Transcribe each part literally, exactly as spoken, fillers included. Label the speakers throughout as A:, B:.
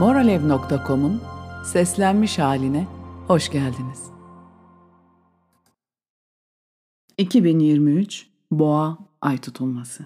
A: moralev nokta com'un seslenmiş haline hoş geldiniz. iki bin yirmi üç Boğa Ay Tutulması.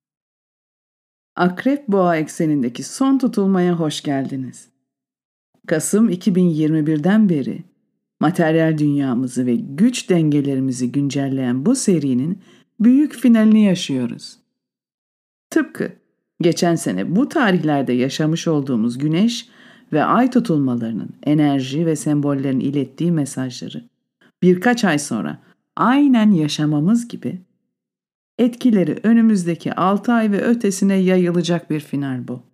A: Akrep Boğa eksenindeki son tutulmaya hoş geldiniz. Kasım iki bin yirmi birden beri materyal dünyamızı ve güç dengelerimizi güncelleyen bu serinin büyük finalini yaşıyoruz. Tıpkı geçen sene bu tarihlerde yaşamış olduğumuz güneş ve ay tutulmalarının enerji ve sembollerin ilettiği mesajları birkaç ay sonra aynen yaşamamız gibi etkileri önümüzdeki altı ay ve ötesine yayılacak bir final bu.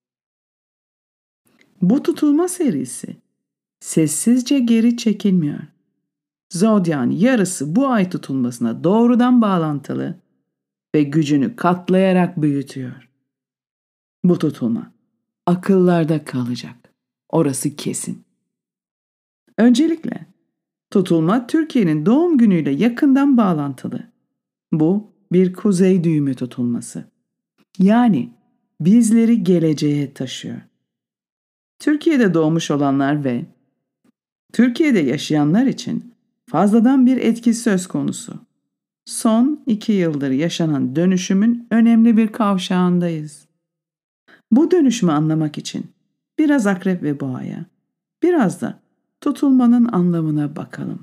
A: Bu tutulma serisi sessizce geri çekilmiyor. Zodya'nın yarısı bu ay tutulmasına doğrudan bağlantılı ve gücünü katlayarak büyütüyor. Bu tutulma akıllarda kalacak. Orası kesin. Öncelikle tutulma Türkiye'nin doğum günüyle yakından bağlantılı. Bu bir kuzey düğümü tutulması. Yani bizleri geleceğe taşıyor. Türkiye'de doğmuş olanlar ve Türkiye'de yaşayanlar için fazladan bir etki söz konusu. Son iki yıldır yaşanan dönüşümün önemli bir kavşağındayız. Bu dönüşümü anlamak için biraz Akrep ve Boğa'ya, biraz da tutulmanın anlamına bakalım.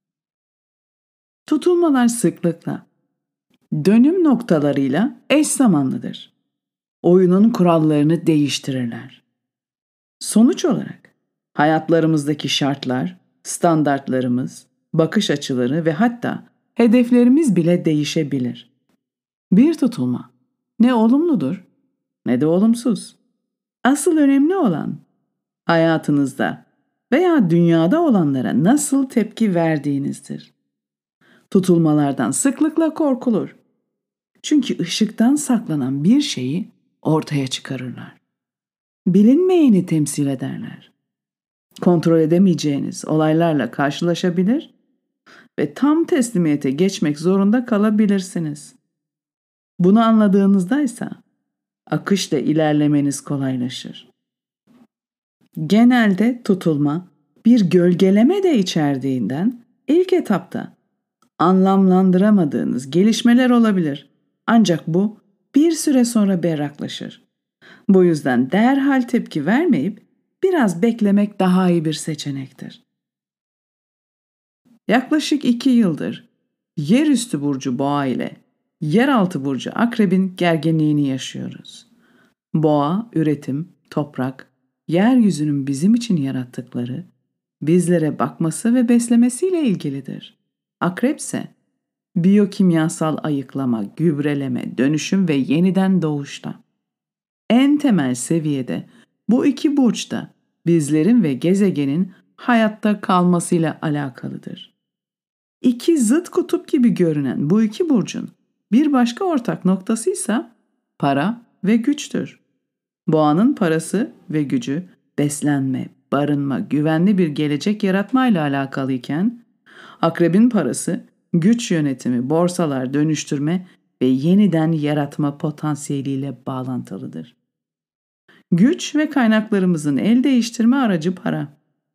A: Tutulmalar sıklıkla dönüm noktalarıyla eş zamanlıdır. Oyunun kurallarını değiştirirler. Sonuç olarak hayatlarımızdaki şartlar, standartlarımız, bakış açıları ve hatta hedeflerimiz bile değişebilir. Bir tutulma ne olumludur ne de olumsuz. Asıl önemli olan hayatınızda veya dünyada olanlara nasıl tepki verdiğinizdir. Tutulmalardan sıklıkla korkulur. Çünkü ışıktan saklanan bir şeyi ortaya çıkarırlar. Bilinmeyeni temsil ederler. Kontrol edemeyeceğiniz olaylarla karşılaşabilir ve tam teslimiyete geçmek zorunda kalabilirsiniz. Bunu anladığınızda ise akışla ilerlemeniz kolaylaşır. Genelde tutulma bir gölgeleme de içerdiğinden ilk etapta anlamlandıramadığınız gelişmeler olabilir. Ancak bu bir süre sonra berraklaşır. Bu yüzden derhal tepki vermeyip biraz beklemek daha iyi bir seçenektir. Yaklaşık iki yıldır yerüstü burcu Boğa ile yeraltı burcu Akrebin gerginliğini yaşıyoruz. Boğa, üretim, toprak, yeryüzünün bizim için yarattıkları, bizlere bakması ve beslemesiyle ilgilidir. Akrep ise biyokimyasal ayıklama, gübreleme, dönüşüm ve yeniden doğuşla. En temel seviyede bu iki burç da bizlerin ve gezegenin hayatta kalmasıyla alakalıdır. İki zıt kutup gibi görünen bu iki burcun bir başka ortak noktası ise para ve güçtür. Boğanın parası ve gücü beslenme, barınma, güvenli bir gelecek yaratmayla alakalıyken, Akrebin parası güç yönetimi, borsalar dönüştürme ve yeniden yaratma potansiyeliyle bağlantılıdır. Güç ve kaynaklarımızın el değiştirme aracı para.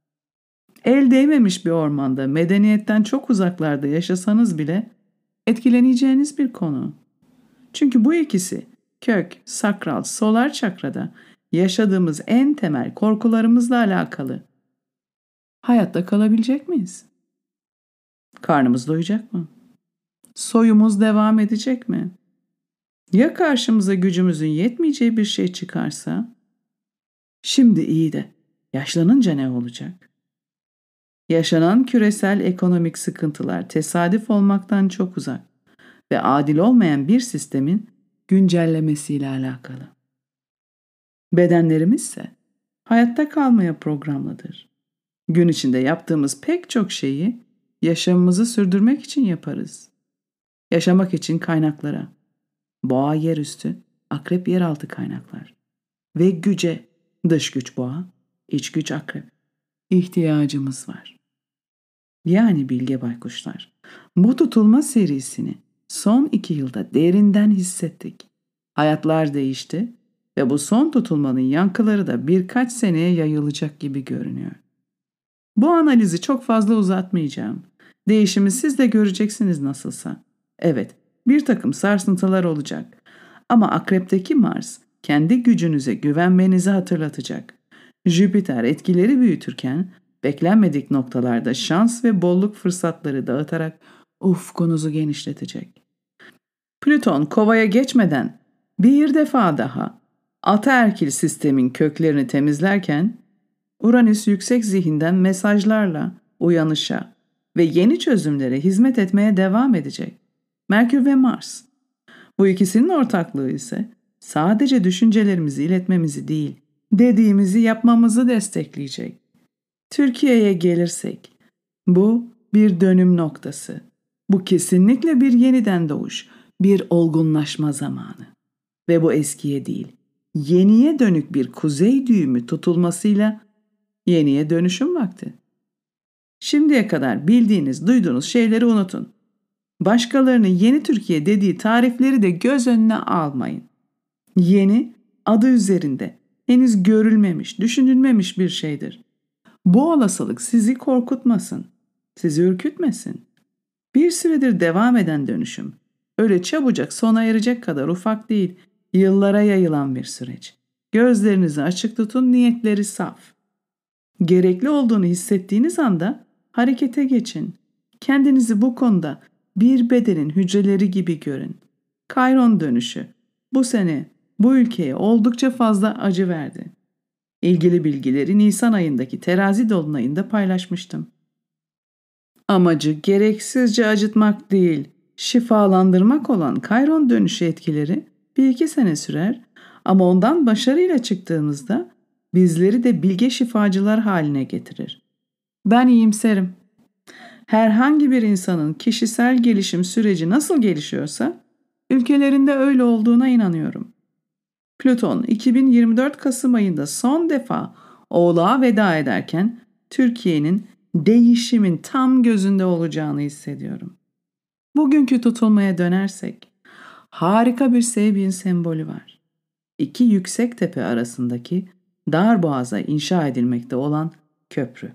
A: El değmemiş bir ormanda, medeniyetten çok uzaklarda yaşasanız bile etkileneceğiniz bir konu. Çünkü bu ikisi kök, sakral, solar çakrada yaşadığımız en temel korkularımızla alakalı. Hayatta kalabilecek miyiz? Karnımız doyacak mı? Soyumuz devam edecek mi? Ya karşımıza gücümüzün yetmeyeceği bir şey çıkarsa? Şimdi iyi de yaşlanınca ne olacak? Yaşanan küresel ekonomik sıkıntılar tesadüf olmaktan çok uzak ve adil olmayan bir sistemin güncellemesiyle alakalı. Bedenlerimiz ise hayatta kalmaya programlıdır. Gün içinde yaptığımız pek çok şeyi yaşamımızı sürdürmek için yaparız. Yaşamak için kaynaklara, Boğa yerüstü, Akrep yeraltı kaynaklar ve güce, dış güç Boğa, iç güç Akrep, ihtiyacımız var. Yani bilge baykuşlar, bu tutulma serisini son iki yılda derinden hissettik. Hayatlar değişti Ve bu son tutulmanın yankıları da birkaç seneye yayılacak gibi görünüyor. Bu analizi çok fazla uzatmayacağım. Değişimi siz de göreceksiniz nasılsa. Evet, bir takım sarsıntılar olacak. Ama Akrep'teki Mars kendi gücünüze güvenmenizi hatırlatacak. Jüpiter etkileri büyütürken beklenmedik noktalarda şans ve bolluk fırsatları dağıtarak ufkunuzu genişletecek. Plüton Kova'ya geçmeden bir defa daha ataerkil sistemin köklerini temizlerken Uranüs yüksek zihinden mesajlarla uyanışa ve yeni çözümlere hizmet etmeye devam edecek. Merkür ve Mars. Bu ikisinin ortaklığı ise sadece düşüncelerimizi iletmemizi değil, dediğimizi yapmamızı destekleyecek. Türkiye'ye gelirsek, bu bir dönüm noktası. Bu kesinlikle bir yeniden doğuş, bir olgunlaşma zamanı. Ve bu eskiye değil, yeniye dönük bir kuzey düğümü tutulmasıyla yeniye dönüşüm vakti. Şimdiye kadar bildiğiniz, duyduğunuz şeyleri unutun. Başkalarının yeni Türkiye dediği tarifleri de göz önüne almayın. Yeni, adı üzerinde, henüz görülmemiş, düşünülmemiş bir şeydir. Bu olasılık sizi korkutmasın, sizi ürkütmesin. Bir süredir devam eden dönüşüm, öyle çabucak sona erecek kadar ufak değil, yıllara yayılan bir süreç. Gözlerinizi açık tutun, niyetleri saf. Gerekli olduğunu hissettiğiniz anda harekete geçin. Kendinizi bu konuda bir bedenin hücreleri gibi görün. Kayron dönüşü bu sene bu ülkeye oldukça fazla acı verdi. İlgili bilgileri Nisan ayındaki terazi dolunayında paylaşmıştım. Amacı gereksizce acıtmak değil, şifalandırmak olan Kayron dönüşü etkileri bir iki sene sürer ama ondan başarıyla çıktığımızda bizleri de bilge şifacılar haline getirir. Ben iyimserim. Herhangi bir insanın kişisel gelişim süreci nasıl gelişiyorsa, ülkelerinde öyle olduğuna inanıyorum. Plüton iki bin yirmi dört Kasım ayında son defa Oğlağa veda ederken Türkiye'nin değişimin tam gözünde olacağını hissediyorum. Bugünkü tutulmaya dönersek, harika bir Sabian sembolü var. İki yüksek tepe arasındaki dar boğaza inşa edilmekte olan köprü.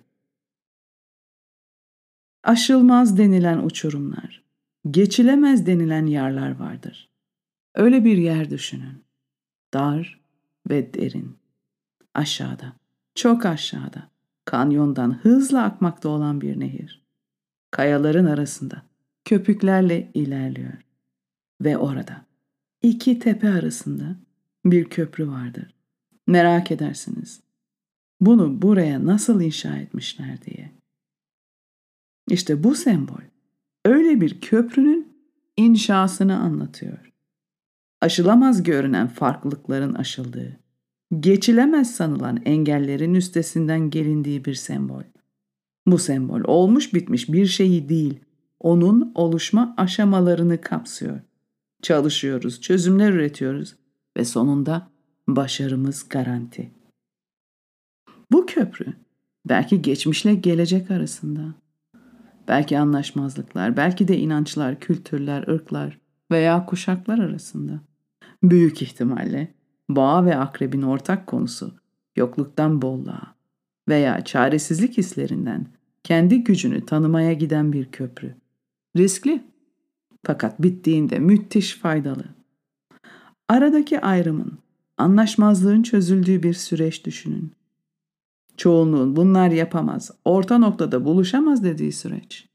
A: Aşılmaz denilen uçurumlar, geçilemez denilen yerler vardır. Öyle bir yer düşünün. Dar ve derin. Aşağıda, çok aşağıda, kanyondan hızla akmakta olan bir nehir. Kayaların arasında köpüklerle ilerliyor. Ve orada, iki tepe arasında bir köprü vardır. Merak edersiniz, bunu buraya nasıl inşa etmişler diye. İşte bu sembol, öyle bir köprünün inşasını anlatıyor. Aşılamaz görünen farklılıkların aşıldığı, geçilemez sanılan engellerin üstesinden gelindiği bir sembol. Bu sembol olmuş bitmiş bir şeyi değil, onun oluşma aşamalarını kapsıyor. Çalışıyoruz, çözümler üretiyoruz ve sonunda başarımız garanti. Bu köprü belki geçmişle gelecek arasında, belki anlaşmazlıklar, belki de inançlar, kültürler, ırklar veya kuşaklar arasında. Büyük ihtimalle boğa ve akrebin ortak konusu yokluktan bolluğa veya çaresizlik hislerinden kendi gücünü tanımaya giden bir köprü. Riskli, fakat bittiğinde müthiş faydalı. Aradaki ayrımın, anlaşmazlığın çözüldüğü bir süreç düşünün. Çoğunluğun bunlar yapamaz, orta noktada buluşamaz dediği süreç.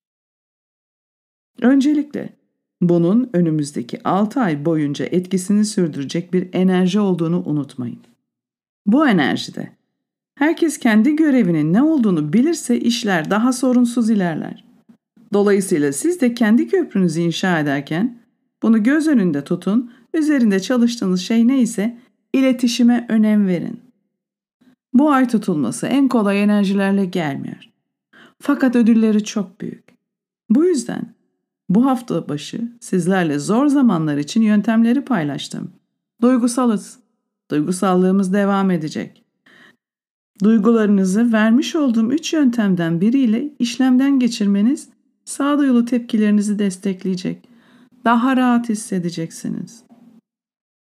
A: Öncelikle bunun önümüzdeki altı ay boyunca etkisini sürdürecek bir enerji olduğunu unutmayın. Bu enerjide herkes kendi görevinin ne olduğunu bilirse işler daha sorunsuz ilerler. Dolayısıyla siz de kendi köprünüzü inşa ederken bunu göz önünde tutun, üzerinde çalıştığınız şey neyse iletişime önem verin. Bu ay tutulması en kolay enerjilerle gelmiyor. Fakat ödülleri çok büyük. Bu yüzden bu hafta başı sizlerle zor zamanlar için yöntemleri paylaştım. Duygusalız. Duygusallığımız devam edecek. Duygularınızı vermiş olduğum üç yöntemden biriyle işlemden geçirmeniz sağduyulu tepkilerinizi destekleyecek. Daha rahat hissedeceksiniz.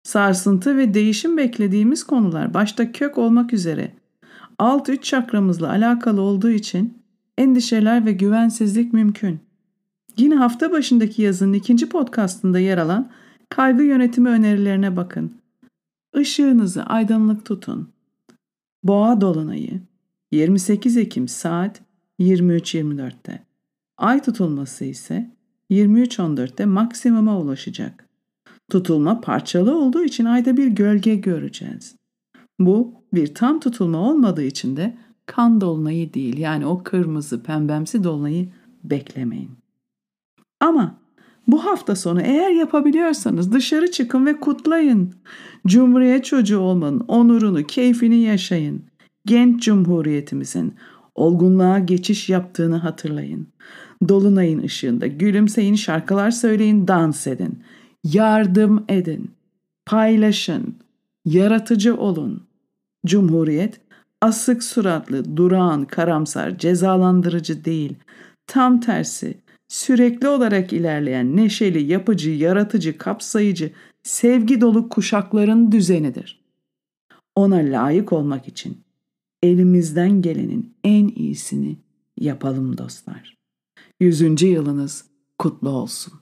A: Sarsıntı ve değişim beklediğimiz konular başta kök olmak üzere alt üç çakramızla alakalı olduğu için endişeler ve güvensizlik mümkün. Yine hafta başındaki yazının ikinci podcastında yer alan kaygı yönetimi önerilerine bakın. Işığınızı aydınlık tutun. Boğa dolunayı yirmi sekiz Ekim saat yirmi üç yirmi dörtte. Ay tutulması ise yirmi üç on dörtte maksimuma ulaşacak. Tutulma parçalı olduğu için ayda bir gölge göreceğiz. Bu bir tam tutulma olmadığı için de kan dolunayı değil, yani o kırmızı pembemsi dolunayı beklemeyin. Ama bu hafta sonu eğer yapabiliyorsanız dışarı çıkın ve kutlayın. Cumhuriyet çocuğu olmanın onurunu, keyfini yaşayın. Genç cumhuriyetimizin olgunluğa geçiş yaptığını hatırlayın. Dolunayın ışığında gülümseyin, şarkılar söyleyin, dans edin. Yardım edin. Paylaşın. Yaratıcı olun. Cumhuriyet asık suratlı, durağan, karamsar, cezalandırıcı değil. Tam tersi, sürekli olarak ilerleyen, neşeli, yapıcı, yaratıcı, kapsayıcı, sevgi dolu kuşakların düzenidir. Ona layık olmak için elimizden gelenin en iyisini yapalım dostlar. Yüzüncü yılınız kutlu olsun.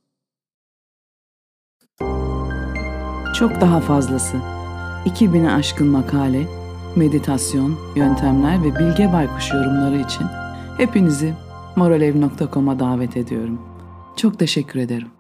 A: Çok daha fazlası. iki bine aşkın makale, meditasyon, yöntemler ve Bilge Baykuş yorumları için hepinizi moralev nokta com'a davet ediyorum. Çok teşekkür ederim.